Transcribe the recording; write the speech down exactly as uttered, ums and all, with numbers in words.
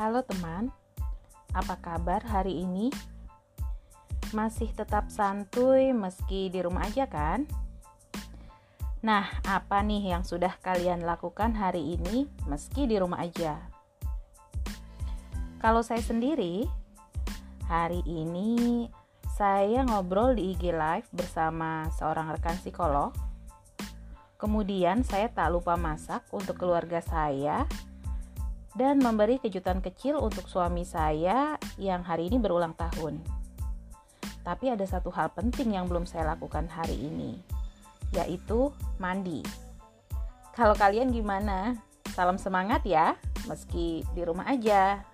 Halo teman, apa kabar hari ini? Masih tetap santuy meski di rumah aja kan? Nah, apa nih yang sudah kalian lakukan hari ini meski di rumah aja? Kalau saya sendiri, hari ini saya ngobrol di I G Live bersama seorang rekan psikolog. Kemudian saya tak lupa masak untuk keluarga saya dan memberi kejutan kecil untuk suami saya yang hari ini berulang tahun. Tapi ada satu hal penting yang belum saya lakukan hari ini, yaitu mandi. Kalau kalian gimana? Salam semangat ya, meski di rumah aja.